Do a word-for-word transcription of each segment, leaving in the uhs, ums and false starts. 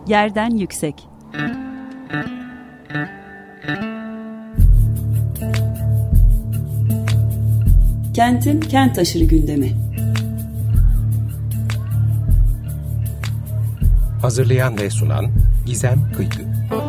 Yerden yüksek. Kentin kent aşırı gündemi. Hazırlayan ve sunan Gizem Kıykı.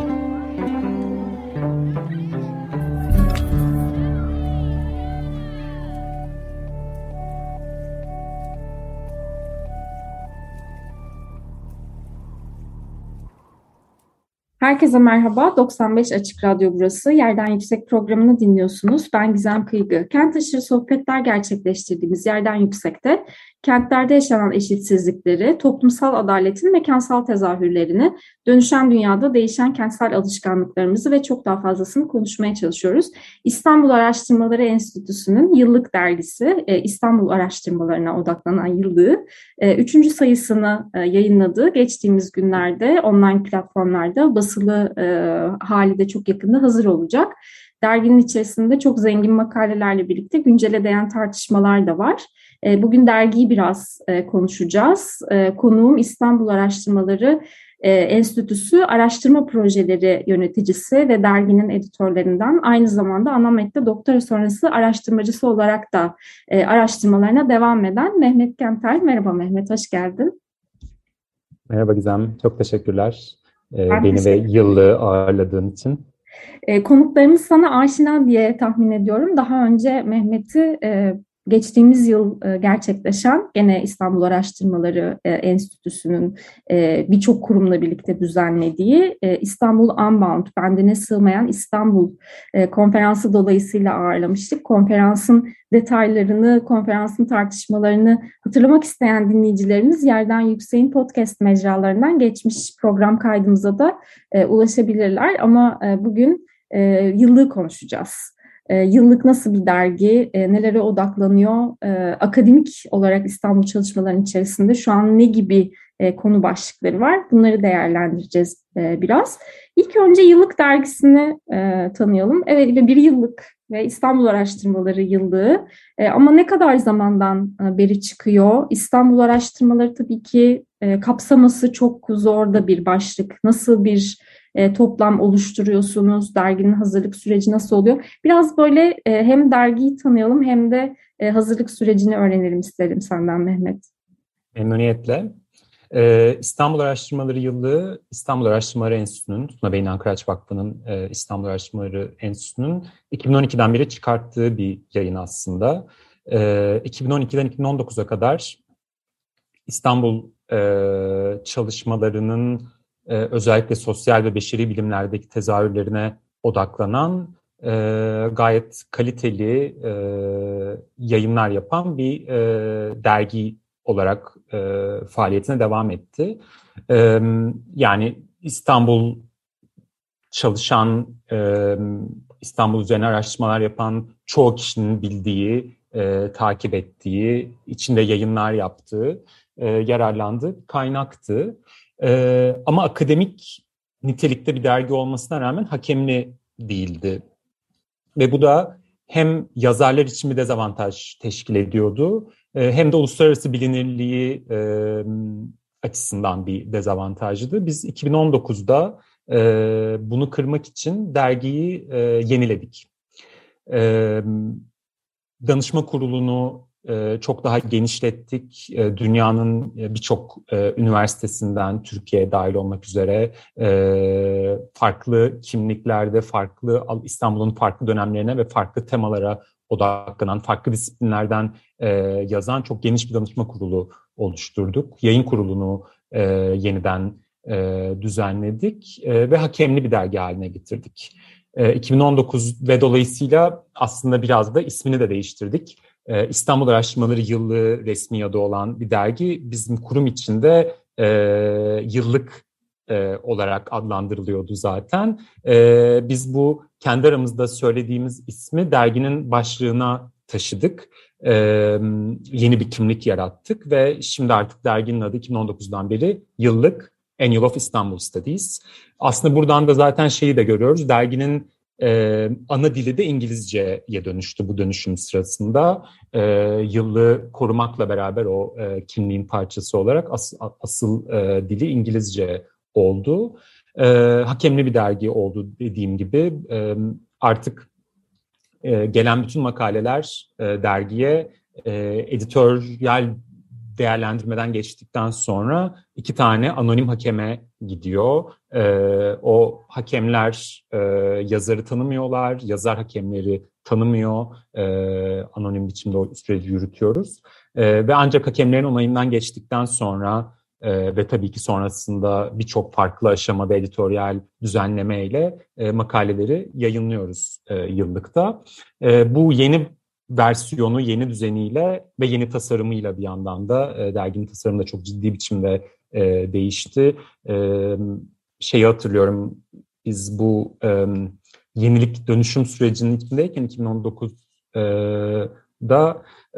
Herkese merhaba. doksan beş Açık Radyo burası. Yerden Yüksek programını dinliyorsunuz. Ben Gizem Kıygı. Kent aşırı sohbetler gerçekleştirdiğimiz Yerden Yüksek'te kentlerde yaşanan eşitsizlikleri, toplumsal adaletin mekansal tezahürlerini, dönüşen dünyada değişen kentsel alışkanlıklarımızı ve çok daha fazlasını konuşmaya çalışıyoruz. İstanbul Araştırmaları Enstitüsü'nün yıllık dergisi, İstanbul Araştırmalarına odaklanan yıllığı, üçüncü sayısını yayınladığı geçtiğimiz günlerde online platformlarda basılı e, hali de çok yakında hazır olacak. Derginin içerisinde çok zengin makalelerle birlikte güncele değen tartışmalar da var. E, bugün dergiyi biraz e, konuşacağız. E, konuğum İstanbul Araştırmaları e, Enstitüsü Araştırma Projeleri Yöneticisi ve derginin editörlerinden, aynı zamanda ANAMET'te doktora sonrası araştırmacısı olarak da e, araştırmalarına devam eden Mehmet Kemter. Merhaba Mehmet, hoş geldin. Merhaba Gizem, çok teşekkürler. Ben Beni ve yıllığı ağırladığın için. E, konuklarımız sana aşina diye tahmin ediyorum. Daha önce Mehmet'i e, geçtiğimiz yıl e, gerçekleşen gene İstanbul Araştırmaları e, Enstitüsü'nün e, birçok kurumla birlikte düzenlediği e, İstanbul Unbound, Bendine Sığmayan İstanbul e, konferansı dolayısıyla ağırlamıştık. Konferansın detaylarını, konferansın tartışmalarını hatırlamak isteyen dinleyicilerimiz Yerden Yüksek'in podcast mecralarından geçmiş program kaydımıza da e, ulaşabilirler. Ama e, bugün e, yıllığı konuşacağız. E, yıllık nasıl bir dergi, e, nelere odaklanıyor, e, akademik olarak İstanbul çalışmalarının içerisinde şu an ne gibi e, konu başlıkları var, bunları değerlendireceğiz e, biraz. İlk önce yıllık dergisini e, tanıyalım. Evet, bir yıllık ve İstanbul Araştırmaları yıllığı e, ama ne kadar zamandan e, beri çıkıyor? İstanbul Araştırmaları tabii ki e, kapsaması çok zor da bir başlık. Nasıl bir E, toplam oluşturuyorsunuz? Derginin hazırlık süreci nasıl oluyor? Biraz böyle e, hem dergiyi tanıyalım hem de e, hazırlık sürecini öğrenelim isterim senden Mehmet. Memnuniyetle. Ee, İstanbul Araştırmaları Yıllığı, İstanbul Araştırmaları Enstitüsü'nün, Tuna Bey'in Ankaraç Vakfı'nın e, İstanbul Araştırmaları Enstitüsü'nün iki bin on ikiden beri çıkarttığı bir yayın aslında. Ee, iki bin on ikiden iki bin on dokuza kadar İstanbul e, çalışmalarının Ee, özellikle sosyal ve beşeri bilimlerdeki tezahürlerine odaklanan e, gayet kaliteli e, yayınlar yapan bir e, dergi olarak e, faaliyetine devam etti. E, yani İstanbul çalışan, e, İstanbul üzerine araştırmalar yapan çoğu kişinin bildiği, e, takip ettiği, içinde yayınlar yaptığı, e, yararlandığı kaynaktı. Ee, ama akademik nitelikte bir dergi olmasına rağmen hakemli değildi. Ve bu da hem yazarlar için bir dezavantaj teşkil ediyordu, e, hem de uluslararası bilinirliği e, açısından bir dezavantajdı. Biz iki bin on dokuzda e, bunu kırmak için dergiyi e, yeniledik. E, danışma kurulunu çok daha genişlettik. Dünyanın birçok üniversitesinden, Türkiye'ye dahil olmak üzere farklı kimliklerde, farklı İstanbul'un farklı dönemlerine ve farklı temalara odaklanan, farklı disiplinlerden yazan çok geniş bir danışma kurulu oluşturduk. Yayın kurulunu yeniden düzenledik ve hakemli bir dergi haline getirdik. iki bin on dokuz ve dolayısıyla aslında biraz da ismini de değiştirdik. İstanbul Araştırmaları Yıllığı resmi adı olan bir dergi bizim kurum içinde e, yıllık e, olarak adlandırılıyordu zaten. E, biz bu kendi aramızda söylediğimiz ismi derginin başlığına taşıdık. E, yeni bir kimlik yarattık ve şimdi artık derginin adı iki bin on dokuzdan beri Yıllık Annual of Istanbul Studies. Aslında buradan da zaten şeyi de görüyoruz. Derginin Ee, ana dili de İngilizceye dönüştü bu dönüşüm sırasında. Ee, yıllığı korumakla beraber o e, kimliğin parçası olarak as, asıl e, dili İngilizce oldu. E, hakemli bir dergi oldu dediğim gibi. E, artık e, gelen bütün makaleler e, dergiye e, editoryal değerlendirmeden geçtikten sonra iki tane anonim hakeme gidiyor. E, o hakemler e, yazarı tanımıyorlar, yazar hakemleri tanımıyor. E, anonim biçimde o süreci yürütüyoruz. E, ve ancak hakemlerin onayından geçtikten sonra e, ve tabii ki sonrasında birçok farklı aşamada editoryal düzenlemeyle e, makaleleri yayınlıyoruz e, yıllıkta. E, bu yeni versiyonu, yeni düzeniyle ve yeni tasarımıyla bir yandan da e, derginin tasarımı da çok ciddi biçimde e, değişti. E, şeyi hatırlıyorum, biz bu e, yenilik dönüşüm sürecinin içindeyken iki bin on dokuzda e,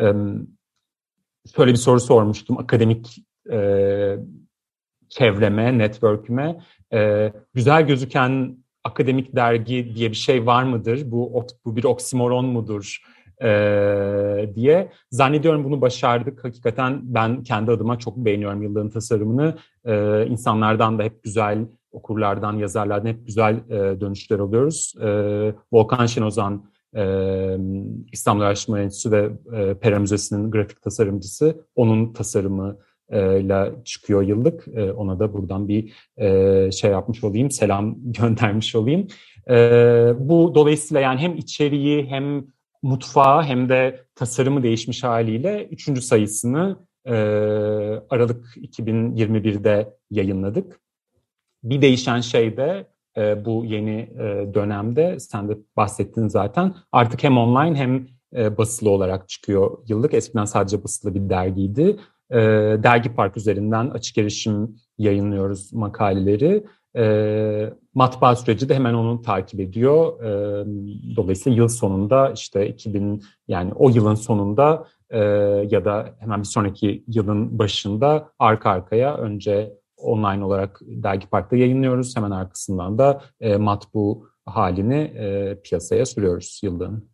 şöyle bir soru sormuştum akademik e, çevreme, network'üme. E, güzel gözüken akademik dergi diye bir şey var mıdır? Bu, bu bir oksimoron mudur? Ee, diye zannediyorum bunu başardık. Hakikaten ben kendi adıma çok beğeniyorum yıllığın tasarımını. Ee, insanlardan da hep güzel, okurlardan, yazarlardan hep güzel e, dönüşler alıyoruz. Ee, Volkan Şenozan, e, İstanbul Araştırma Enstitüsü ve e, Pera Müzesi'nin grafik tasarımcısı. Onun tasarımıyla çıkıyor yıllık. E, ona da buradan bir e, şey yapmış olayım, selam göndermiş olayım. E, bu dolayısıyla yani hem içeriği hem mutfağı hem de tasarımı değişmiş haliyle üçüncü sayısını e, Aralık iki bin yirmi birde yayınladık. Bir değişen şey de e, bu yeni e, dönemde, sen de bahsettin zaten, artık hem online hem e, basılı olarak çıkıyor yıllık. Eskiden sadece basılı bir dergiydi. E, Dergi Park üzerinden açık erişim yayınlıyoruz makaleleri. E, matbaa süreci de hemen onu takip ediyor. E, dolayısıyla yıl sonunda işte iki bin yani o yılın sonunda e, ya da hemen bir sonraki yılın başında arka arkaya önce online olarak Dergi Park'ta yayınlıyoruz. Hemen arkasından da e, matbu halini e, piyasaya sürüyoruz yıllığın.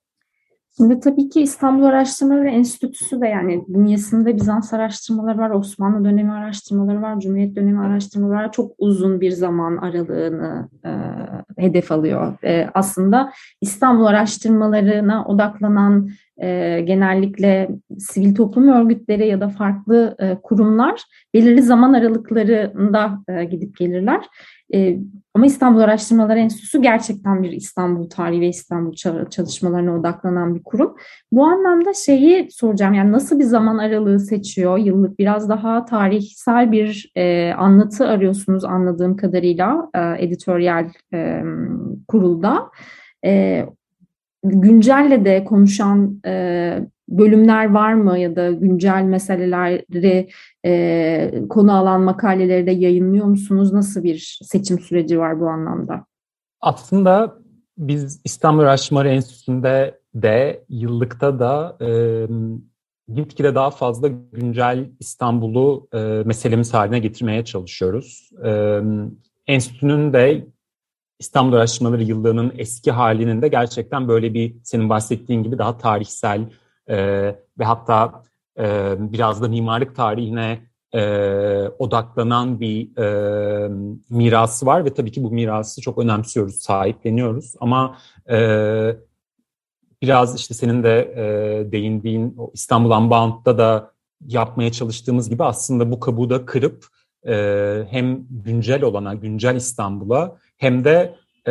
Şimdi tabii ki İstanbul Araştırmaları Enstitüsü de yani bünyesinde Bizans araştırmaları var, Osmanlı dönemi araştırmaları var, Cumhuriyet dönemi araştırmaları var. Çok uzun bir zaman aralığını e, hedef alıyor. E, aslında İstanbul araştırmalarına odaklanan e, genellikle sivil toplum örgütleri ya da farklı e, kurumlar belirli zaman aralıklarında e, gidip gelirler. E, ama İstanbul Araştırmaları Enstitüsü gerçekten bir İstanbul tarihi ve İstanbul çalışmalarına odaklanan bir kurum. Bu anlamda şeyi soracağım, yani nasıl bir zaman aralığı seçiyor yıllık? Biraz daha tarihsel bir e, anlatı arıyorsunuz anladığım kadarıyla e, editoryal e, kurulda. E, güncelle de konuşan e, bölümler var mı ya da güncel meseleleri e, konu alan makaleleri de yayınlıyor musunuz? Nasıl bir seçim süreci var bu anlamda? Aslında biz İstanbul Araştırmaları Enstitüsü'nde de yıllıkta da e, gitgide daha fazla güncel İstanbul'u e, meselemiz haline getirmeye çalışıyoruz. E, enstitünün de İstanbul Araştırmaları Yıllığı'nın eski halinin de gerçekten böyle bir senin bahsettiğin gibi daha tarihsel e, ve hatta e, biraz da mimarlık tarihine e, odaklanan bir e, mirası var ve tabii ki bu mirası çok önemsiyoruz, sahipleniyoruz. Ama e, biraz işte senin de e, değindiğin o İstanbul Unbound'da da yapmaya çalıştığımız gibi aslında bu kabuğu da kırıp e, hem güncel olana, güncel İstanbul'a hem de e,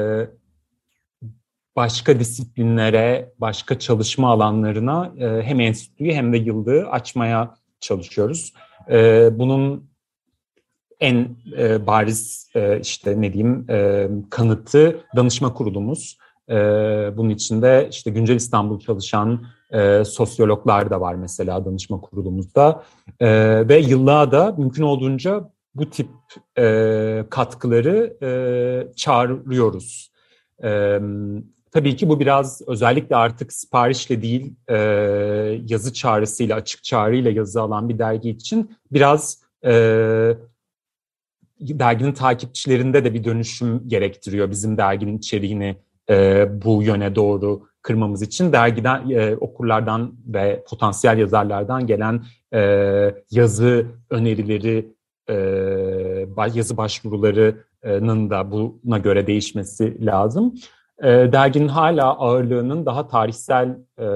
başka disiplinlere, başka çalışma alanlarına e, hem enstitüyü hem de yıllığı açmaya çalışıyoruz. E, bunun en e, bariz e, işte ne diyeyim e, kanıtı danışma kurulumuz. E, bunun içinde işte güncel İstanbul çalışan e, sosyologlar da var mesela danışma kurulumuzda e, ve yıllığa da mümkün olduğunca bu tip e, katkıları e, çağırıyoruz. E, tabii ki bu biraz özellikle artık siparişle değil e, yazı çağrısıyla, açık çağrıyla yazı alan bir dergi için biraz e, derginin takipçilerinde de bir dönüşüm gerektiriyor. Bizim derginin içeriğini e, bu yöne doğru kırmamız için dergiden, e, okurlardan ve potansiyel yazarlardan gelen e, yazı önerileri e, yazı başvurularının da buna göre değişmesi lazım. E, derginin hala ağırlığının daha tarihsel e,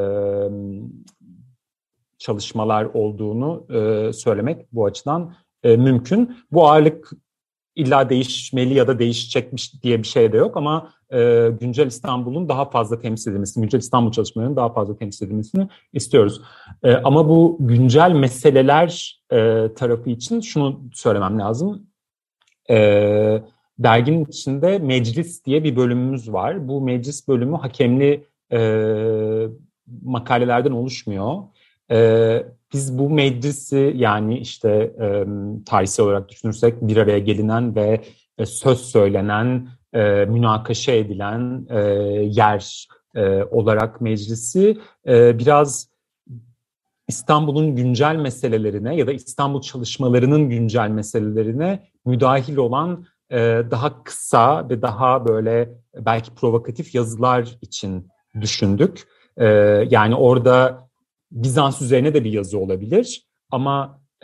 çalışmalar olduğunu e, söylemek bu açıdan e, mümkün. Bu ağırlık illa değişmeli ya da değişecekmiş diye bir şey de yok ama e, güncel İstanbul'un daha fazla temsil edilmesini, güncel İstanbul çalışmalarının daha fazla temsil edilmesini istiyoruz. E, ama bu güncel meseleler e, tarafı için şunu söylemem lazım. E, derginin içinde meclis diye bir bölümümüz var. Bu meclis bölümü hakemli e, makalelerden oluşmuyor. Ee, biz bu meclisi yani işte e, tarihsel olarak düşünürsek bir araya gelinen ve e, söz söylenen, e, münakaşa edilen e, yer e, olarak meclisi e, biraz İstanbul'un güncel meselelerine ya da İstanbul çalışmalarının güncel meselelerine müdahil olan e, daha kısa ve daha böyle belki provokatif yazılar için düşündük. E, yani orada Bizans üzerine de bir yazı olabilir ama e,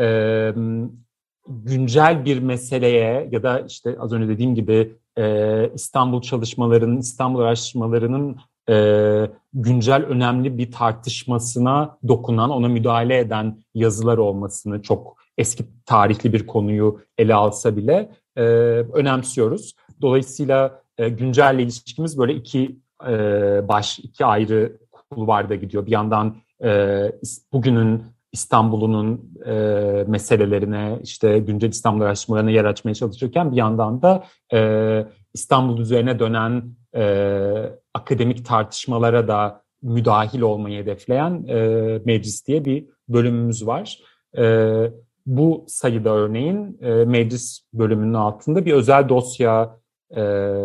güncel bir meseleye ya da işte az önce dediğim gibi e, İstanbul çalışmalarının, İstanbul araştırmalarının e, güncel önemli bir tartışmasına dokunan, ona müdahale eden yazılar olmasını, çok eski tarihli bir konuyu ele alsa bile e, önemsiyoruz. Dolayısıyla e, güncelle ilişkimiz böyle iki e, baş, iki ayrı kulvarda gidiyor. Bir yandan Ee, bugünün İstanbul'unun e, meselelerine, işte güncel İstanbul araştırmalarına yer açmaya çalışırken bir yandan da e, İstanbul üzerine dönen e, akademik tartışmalara da müdahil olmayı hedefleyen e, meclis diye bir bölümümüz var. E, bu sayıda örneğin e, meclis bölümünün altında bir özel dosya e,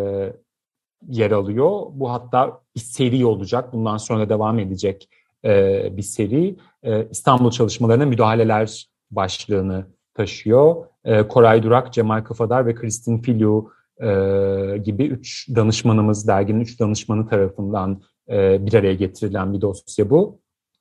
yer alıyor. Bu hatta bir seri olacak, bundan sonra devam edecek bir seri. İstanbul çalışmalarına müdahaleler başlığını taşıyor. Koray Durak, Cemal Kafadar ve Kristin Filiu gibi üç danışmanımız, derginin üç danışmanı tarafından bir araya getirilen bir dosya bu.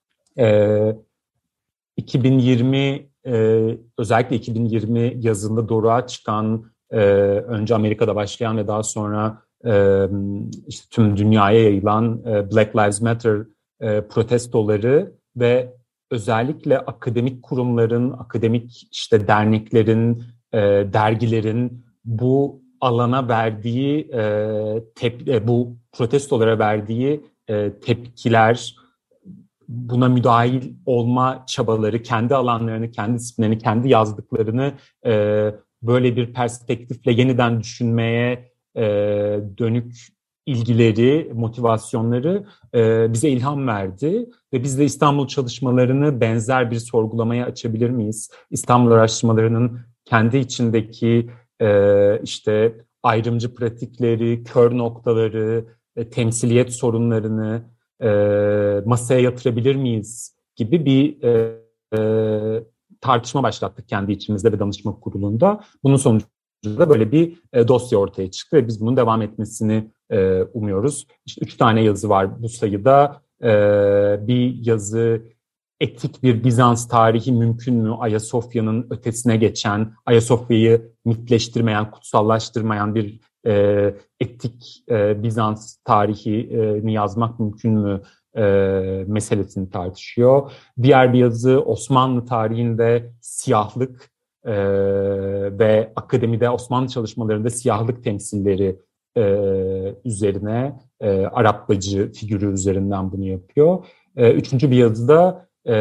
iki bin yirmi özellikle iki bin yirmi yazında doruğa çıkan, önce Amerika'da başlayan ve daha sonra işte tüm dünyaya yayılan Black Lives Matter protestoları ve özellikle akademik kurumların, akademik işte derneklerin, e, dergilerin bu alana verdiği e, tep- bu protestolara verdiği e, tepkiler, buna müdahil olma çabaları, kendi alanlarını, kendi disiplinlerini, kendi yazdıklarını e, böyle bir perspektifle yeniden düşünmeye e, dönük ilgileri, motivasyonları e, bize ilham verdi ve biz de İstanbul çalışmalarını benzer bir sorgulamaya açabilir miyiz? İstanbul araştırmalarının kendi içindeki e, işte ayrımcı pratikleri, kör noktaları, e, temsiliyet sorunlarını e, masaya yatırabilir miyiz gibi bir e, e, tartışma başlattık kendi içimizde ve danışma kurulunda. Bunun sonucunda böyle bir e, dosya ortaya çıktı ve biz bunun devam etmesini e, umuyoruz. İşte üç tane yazı var bu sayıda. E, bir yazı etik bir Bizans tarihi mümkün mü? Ayasofya'nın ötesine geçen, Ayasofya'yı mitleştirmeyen, kutsallaştırmayan bir e, etik e, Bizans tarihini yazmak mümkün mü? E, meselesini tartışıyor. Diğer bir yazı Osmanlı tarihinde siyahlık e, ve akademide Osmanlı çalışmalarında siyahlık temsilleri e, üzerine, e, Arap bacı figürü üzerinden bunu yapıyor. E, üçüncü bir yazıda e,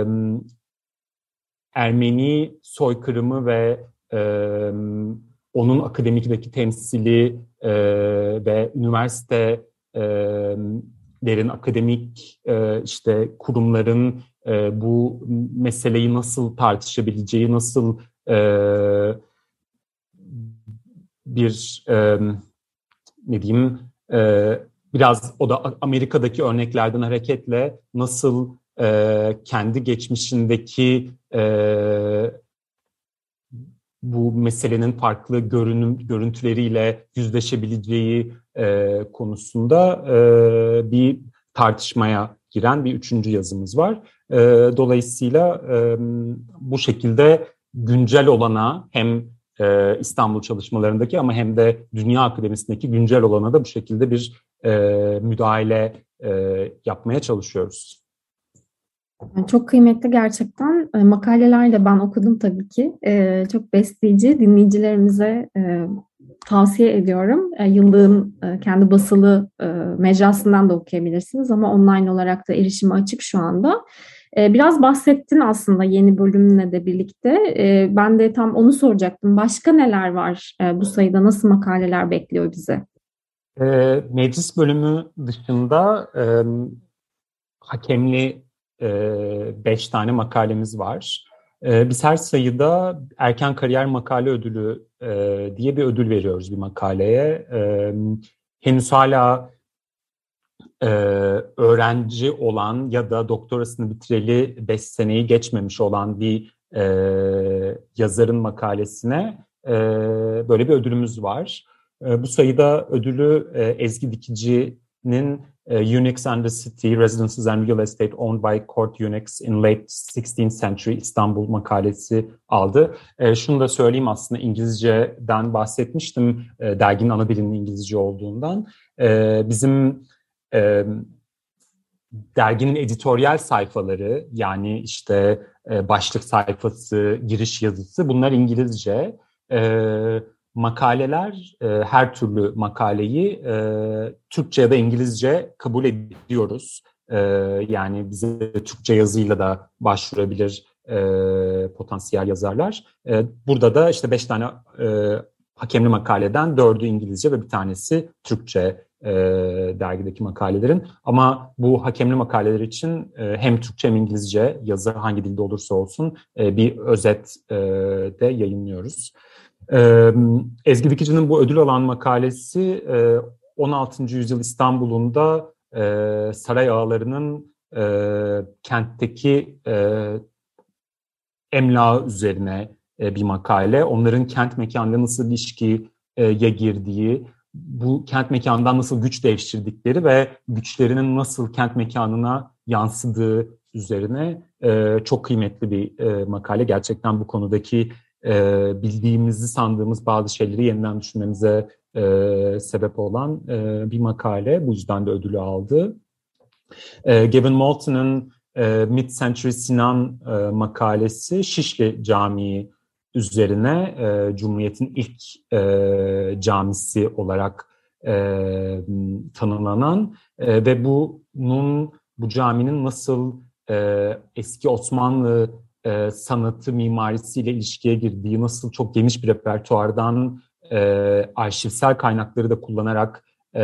Ermeni soykırımı ve e, onun akademikteki temsili e, ve üniversite e, derin akademik e, işte kurumların e, bu meseleyi nasıl tartışabileceği, nasıl e, bir e, ne diyeyim e, biraz o da Amerika'daki örneklerden hareketle nasıl e, kendi geçmişindeki e, bu meselenin farklı görünüm görüntüleriyle yüzleşebileceği e, konusunda e, bir tartışmaya giren bir üçüncü yazımız var. E, dolayısıyla e, bu şekilde güncel olana hem e, İstanbul çalışmalarındaki ama hem de dünya akademisindeki güncel olana da bu şekilde bir e, müdahale e, yapmaya çalışıyoruz. Çok kıymetli gerçekten. E, makaleler de ben okudum tabii ki. E, çok besleyici. Dinleyicilerimize e, tavsiye ediyorum. E, Yıllık'ın e, kendi basılı e, mecrasından da okuyabilirsiniz ama online olarak da erişime açık şu anda. E, biraz bahsettin aslında yeni bölümle de birlikte. E, ben de tam onu soracaktım. Başka neler var e, bu sayıda? Nasıl makaleler bekliyor bize? E, meclis bölümü dışında e, hakemli beş tane makalemiz var. Biz her sayıda erken kariyer makale ödülü diye bir ödül veriyoruz bir makaleye. Henüz hala öğrenci olan ya da doktorasını bitireli beş seneyi geçmemiş olan bir yazarın makalesine böyle bir ödülümüz var. Bu sayıda ödülü Ezgi Dikici'nin Eunuchs and the City, Residences and Real Estate Owned by Court Eunuchs in Late sixteenth Century İstanbul makalesi aldı. E, şunu da söyleyeyim, aslında İngilizceden bahsetmiştim, e, derginin ana dilinin İngilizce olduğundan. E, bizim e, derginin editoryal sayfaları, yani işte e, başlık sayfası, giriş yazısı, bunlar İngilizce. E, Makaleler, e, her türlü makaleyi e, Türkçe ya da İngilizce kabul ediyoruz. E, yani bize Türkçe yazıyla da başvurabilir e, potansiyel yazarlar. E, burada da işte beş tane e, hakemli makaleden dördü İngilizce ve bir tanesi Türkçe e, dergideki makalelerin. Ama bu hakemli makaleler için e, hem Türkçe hem İngilizce yazı hangi dilde olursa olsun e, bir özet e, de yayınlıyoruz. Ezgi Dikici'nin bu ödül alan makalesi on altıncı yüzyıl İstanbul'unda saray ağalarının kentteki emlağı üzerine bir makale. Onların kent mekanıyla nasıl ilişkiye girdiği, bu kent mekanından nasıl güç devşirdikleri ve güçlerinin nasıl kent mekanına yansıdığı üzerine çok kıymetli bir makale. Gerçekten bu konudaki E, bildiğimizi sandığımız bazı şeyleri yeniden düşünmemize e, sebep olan e, bir makale. Bu yüzden de ödülü aldı. E, Gavin Moulton'ın e, Mid-Century Sinan e, makalesi Şişli Camii üzerine, e, Cumhuriyet'in ilk e, camisi olarak e, tanımlanan e, ve bunun, bu caminin nasıl e, eski Osmanlı E, sanatı, mimarisiyle ilişkiye girdiği, nasıl çok geniş bir repertuardan e, arşivsel kaynakları da kullanarak e,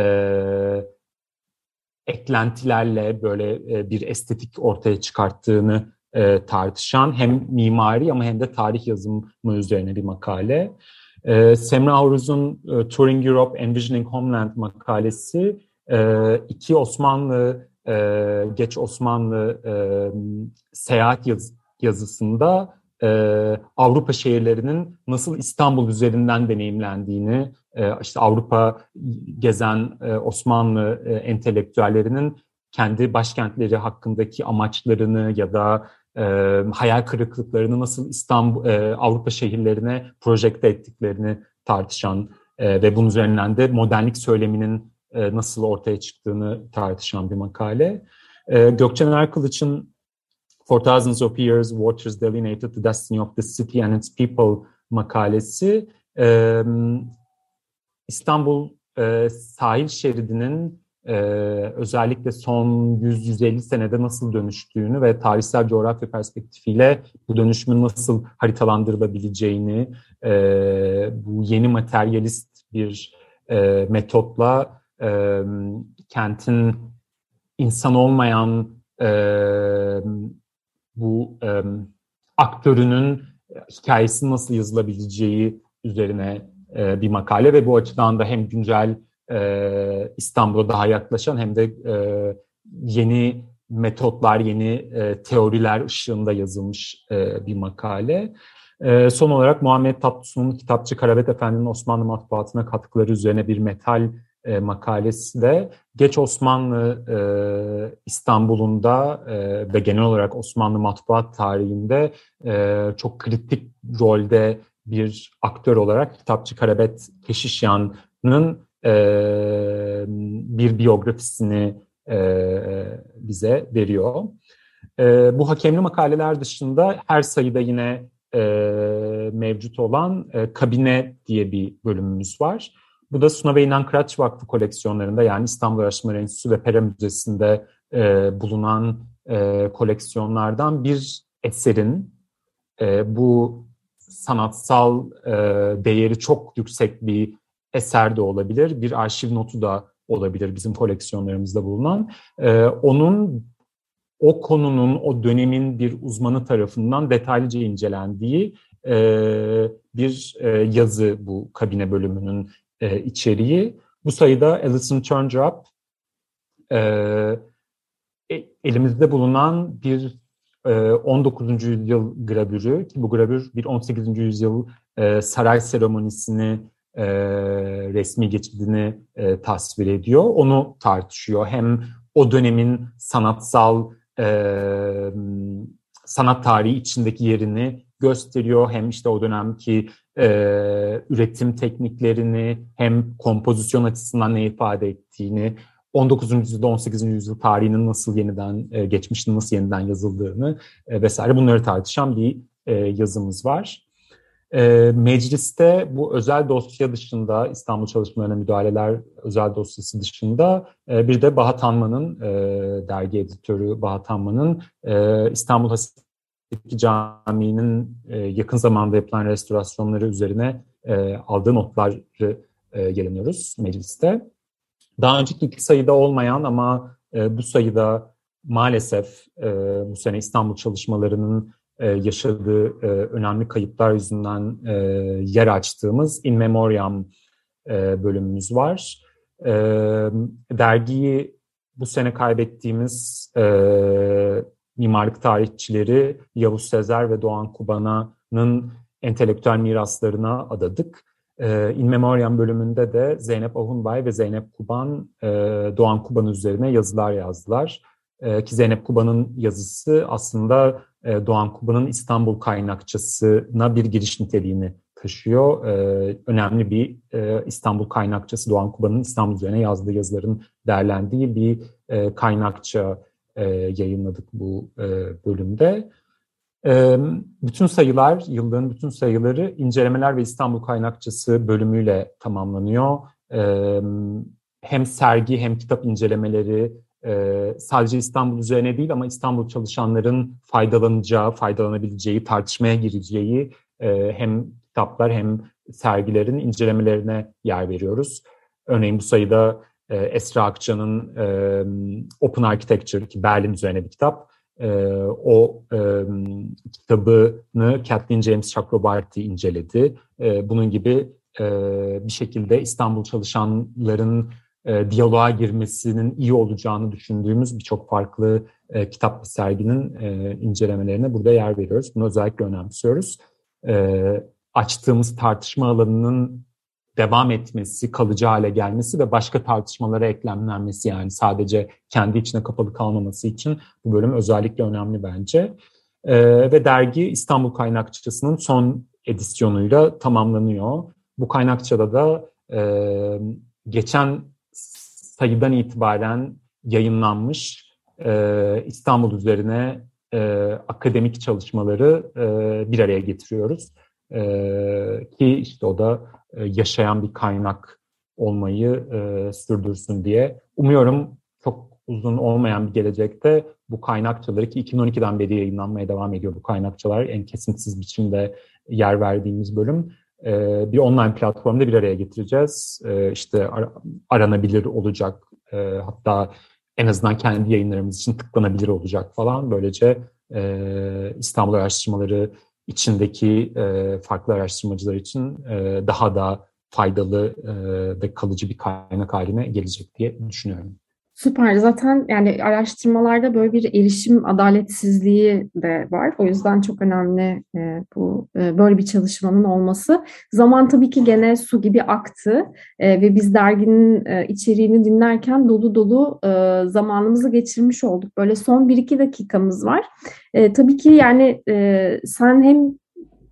eklentilerle böyle e, bir estetik ortaya çıkarttığını e, tartışan, hem mimari ama hem de tarih yazımı üzerine bir makale. E, Semra Horuz'un e, Touring Europe, Envisioning Homeland makalesi e, iki Osmanlı, e, geç Osmanlı e, seyahat yazı yazısında e, Avrupa şehirlerinin nasıl İstanbul üzerinden deneyimlendiğini, e, işte Avrupa gezen e, Osmanlı e, entelektüellerinin kendi başkentleri hakkındaki amaçlarını ya da e, hayal kırıklıklarını nasıl İstanbul, e, Avrupa şehirlerine projekte ettiklerini tartışan e, ve bunun üzerinden de modernlik söyleminin e, nasıl ortaya çıktığını tartışan bir makale. E, Gökçen Erkılıç'ın For Thousands of Years, Waters Delineated the Destiny of the City and Its People makalesi, e, İstanbul e, sahil şeridinin e, özellikle son yüz yüz elli senede nasıl dönüştüğünü ve tarihsel coğrafya perspektifiyle bu dönüşümün nasıl haritalandırılabileceğini, e, bu yeni materyalist bir e, metotla e, kentin insan olmayan e, bu e, aktörünün hikayesinin nasıl yazılabileceği üzerine e, bir makale ve bu açıdan da hem güncel e, İstanbul'a daha yaklaşan hem de e, yeni metotlar, yeni e, teoriler ışığında yazılmış e, bir makale. E, son olarak Muhammed Tatlısu'nun Kitapçı Karabet Efendi'nin Osmanlı matbuatına katkıları üzerine bir metal E, makalesi de geç Osmanlı e, İstanbul'unda e, ve genel olarak Osmanlı matbuat tarihinde e, çok kritik rolde bir aktör olarak kitapçı Karabet Keşişyan'ın e, bir biyografisini e, bize veriyor. E, bu hakemli makaleler dışında her sayıda yine e, mevcut olan e, Kabine diye bir bölümümüz var. Bu da Suna ve İnan Kıraç Vakfı koleksiyonlarında, yani İstanbul Araştırmaları Enstitüsü ve Pera Müzesi'nde e, bulunan e, koleksiyonlardan bir eserin e, bu sanatsal e, değeri çok yüksek bir eser de olabilir, bir arşiv notu da olabilir bizim koleksiyonlarımızda bulunan. E, onun o konunun, o dönemin bir uzmanı tarafından detaylıca incelendiği e, bir e, yazı bu Kabine bölümünün e, içeriği. Bu sayıda Alison Turndrop, e, elimizde bulunan bir e, on dokuzuncu yüzyıl gravürü, ki bu gravür bir on sekizinci yüzyıl e, saray seremonisini, e, resmi geçidini e, tasvir ediyor. Onu tartışıyor. Hem o dönemin sanatsal e, sanat tarihi içindeki yerini gösteriyor, hem işte o dönemki e, üretim tekniklerini, hem kompozisyon açısından ne ifade ettiğini, on dokuzuncu yüzyılda on sekizinci yüzyıl tarihinin nasıl yeniden, e, geçmişin nasıl yeniden yazıldığını e, vesaire, bunları tartışan bir e, yazımız var. E, mecliste bu özel dosya dışında, İstanbul Çalışmalarına Müdahaleler özel dosyası dışında e, bir de Bahat Anman'ın, e, dergi editörü Bahat Anman'ın e, İstanbul Haseki Camii'nin e, yakın zamanda yapılan restorasyonları üzerine e, aldığı notları e, yayınlıyoruz mecliste. Daha önceki iki sayıda olmayan ama e, bu sayıda maalesef e, bu sene İstanbul çalışmalarının e, yaşadığı e, önemli kayıplar yüzünden e, yer açtığımız In Memoriam e, bölümümüz var. E, dergiyi bu sene kaybettiğimiz e, mimarlık tarihçileri Yavuz Sezer ve Doğan Kubana'nın entelektüel miraslarına adadık. In Memoriam bölümünde de Zeynep Ahunbay ve Zeynep Kuban, Doğan Kuban üzerine yazılar yazdılar. Ki Zeynep Kuban'ın yazısı aslında Doğan Kuban'ın İstanbul kaynakçasına bir giriş niteliğini taşıyor. Önemli bir İstanbul kaynakçası, Doğan Kuban'ın İstanbul üzerine yazdığı yazıların değerlendiği bir kaynakça yayınladık bu bölümde. Bütün sayılar, yıldığın bütün sayıları incelemeler ve İstanbul kaynakçası bölümüyle tamamlanıyor. Hem sergi hem kitap incelemeleri sadece İstanbul üzerine değil ama İstanbul çalışanların faydalanacağı, faydalanabileceği, tartışmaya gireceği hem kitaplar hem sergilerin incelemelerine yer veriyoruz. Örneğin bu sayıda Esra Akça'nın Open Architecture, ki Berlin üzerine bir kitap. Ee, o e, kitabını Kathleen James Chakrabarty inceledi. Ee, bunun gibi e, bir şekilde İstanbul çalışanların e, diyaloğa girmesinin iyi olacağını düşündüğümüz birçok farklı e, kitap ve serginin e, incelemelerine burada yer veriyoruz. Bunu özellikle önemsiyoruz. E, açtığımız tartışma alanının devam etmesi, kalıcı hale gelmesi ve başka tartışmalara eklemlenmesi, yani sadece kendi içine kapalı kalmaması için bu bölüm özellikle önemli bence. Ee, ve dergi İstanbul Kaynakçası'nın son edisyonuyla tamamlanıyor. Bu kaynakçada da e, geçen sayıdan itibaren yayınlanmış e, İstanbul üzerine e, akademik çalışmaları e, bir araya getiriyoruz. E, ki işte o da yaşayan bir kaynak olmayı e, sürdürsün diye. Umuyorum çok uzun olmayan bir gelecekte bu kaynakçaları, ki iki bin on ikiden beri yayınlanmaya devam ediyor bu kaynakçalar, en kesintisiz biçimde yer verdiğimiz bölüm. E, bir online platformda bir araya getireceğiz. E, işte ar- aranabilir olacak, e, hatta en azından kendi yayınlarımız için tıklanabilir olacak falan. Böylece e, İstanbul Araştırmaları içindeki e, farklı araştırmacılar için e, daha da faydalı e, ve kalıcı bir kaynak haline gelecek diye düşünüyorum. Süper. Zaten yani araştırmalarda böyle bir erişim adaletsizliği de var. O yüzden çok önemli e, bu e, böyle bir çalışmanın olması. Zaman tabii ki gene su gibi aktı e, ve biz derginin e, içeriğini dinlerken dolu dolu e, zamanımızı geçirmiş olduk. Böyle son bir iki dakikamız var. E, tabii ki yani e, sen hem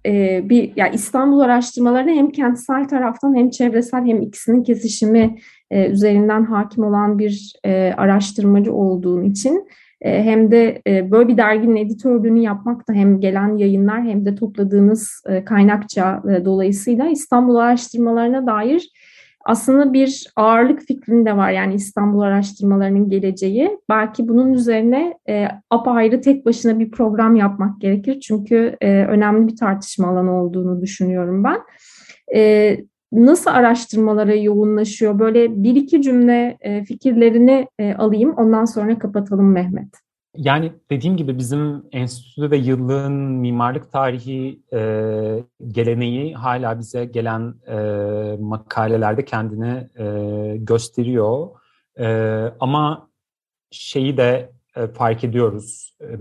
e, bir yani İstanbul araştırmalarına hem kentsel taraftan hem çevresel hem ikisinin kesişimi e, üzerinden hakim olan bir e, araştırmacı olduğun için e, hem de e, böyle bir derginin editörlüğünü yapmak da hem gelen yayınlar hem de topladığınız e, kaynakça e, dolayısıyla İstanbul araştırmalarına dair aslında bir ağırlık fikrin de var. Yani İstanbul araştırmalarının geleceği. Belki bunun üzerine e, apayrı tek başına bir program yapmak gerekir. Çünkü e, önemli bir tartışma alanı olduğunu düşünüyorum ben. E, nasıl araştırmalara yoğunlaşıyor? Böyle bir iki cümle e, fikirlerini e, alayım. Ondan sonra kapatalım Mehmet. Yani dediğim gibi bizim enstitüde de yıllığın mimarlık tarihi e, geleneği hala bize gelen e, makalelerde kendini e, gösteriyor. E, ama şeyi de e, fark ediyoruz. E,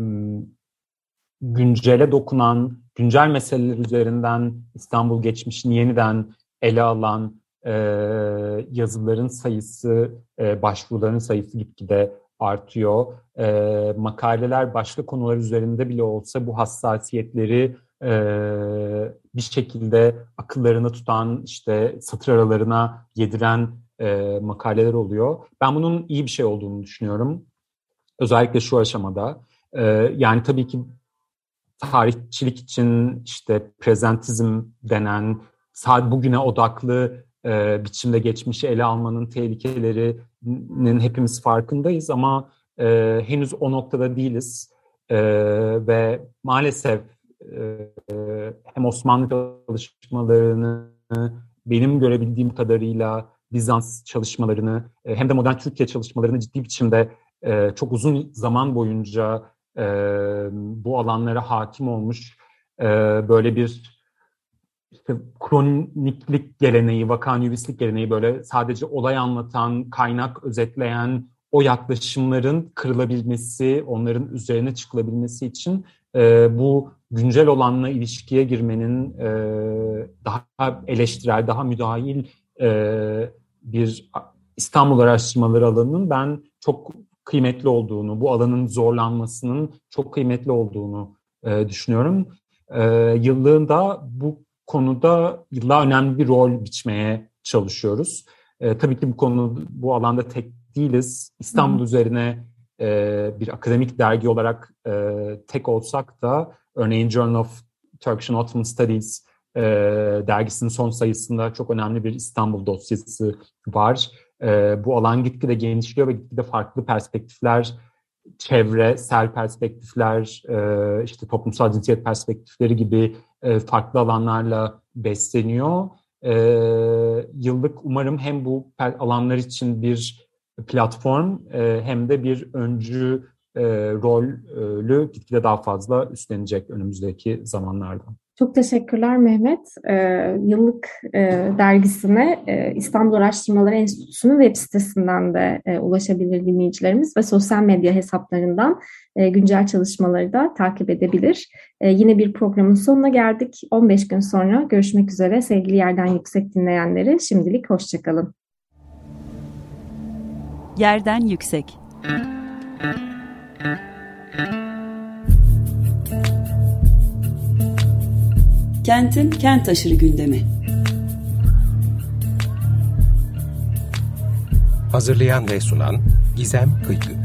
güncele dokunan, güncel meseleler üzerinden İstanbul geçmişini yeniden ele alan e, yazıların sayısı, e, başvuruların sayısı gitgide artıyor. E, makaleler başka konular üzerinde bile olsa bu hassasiyetleri e, bir şekilde akıllarına tutan, işte satır aralarına yediren e, makaleler oluyor. Ben bunun iyi bir şey olduğunu düşünüyorum. Özellikle şu aşamada. E, yani tabii ki tarihçilik için işte prezentizm denen sadece bugüne odaklı e, biçimde geçmişi ele almanın tehlikelerinin hepimiz farkındayız ama e, henüz o noktada değiliz e, ve maalesef e, hem Osmanlı çalışmalarını benim görebildiğim kadarıyla Bizans çalışmalarını e, hem de modern Türkiye çalışmalarını ciddi biçimde e, çok uzun zaman boyunca e, bu alanlara hakim olmuş e, böyle bir İşte kroniklik geleneği, vakanüvislik geleneği, böyle sadece olay anlatan, kaynak özetleyen o yaklaşımların kırılabilmesi, onların üzerine çıkılabilmesi için e, bu güncel olanla ilişkiye girmenin e, daha eleştirel, daha müdahil e, bir İstanbul araştırmaları alanının ben çok kıymetli olduğunu, bu alanın zorlanmasının çok kıymetli olduğunu e, düşünüyorum. E, yıllığında bu konuda yıllar önemli bir rol biçmeye çalışıyoruz. E, tabii ki bu konu, bu alanda tek değiliz. İstanbul Hı. üzerine e, bir akademik dergi olarak e, tek olsak da örneğin Journal of Turkish and Ottoman Studies e, dergisinin son sayısında çok önemli bir İstanbul dosyası var. E, bu alan gitgide genişliyor ve gitgide farklı perspektifler, çevresel perspektifler, e, işte toplumsal cinsiyet perspektifleri gibi e, farklı alanlarla besleniyor. E, yıllık umarım hem bu alanlar için bir platform e, hem de bir öncü e, rolü gitgide daha fazla üstlenecek önümüzdeki zamanlarda. Çok teşekkürler Mehmet. Ee, yıllık e, dergisine e, İstanbul Araştırmaları Enstitüsü'nün web sitesinden de e, ulaşabilir dinleyicilerimiz ve sosyal medya hesaplarından e, güncel çalışmaları da takip edebilir. E, yine bir programın sonuna geldik. on beş gün sonra görüşmek üzere sevgili Yerden Yüksek dinleyenleri. Şimdilik hoşça kalın. Yerden Yüksek. Kentin kent aşırı gündemi. Hazırlayan ve sunan Gizem Kıykı.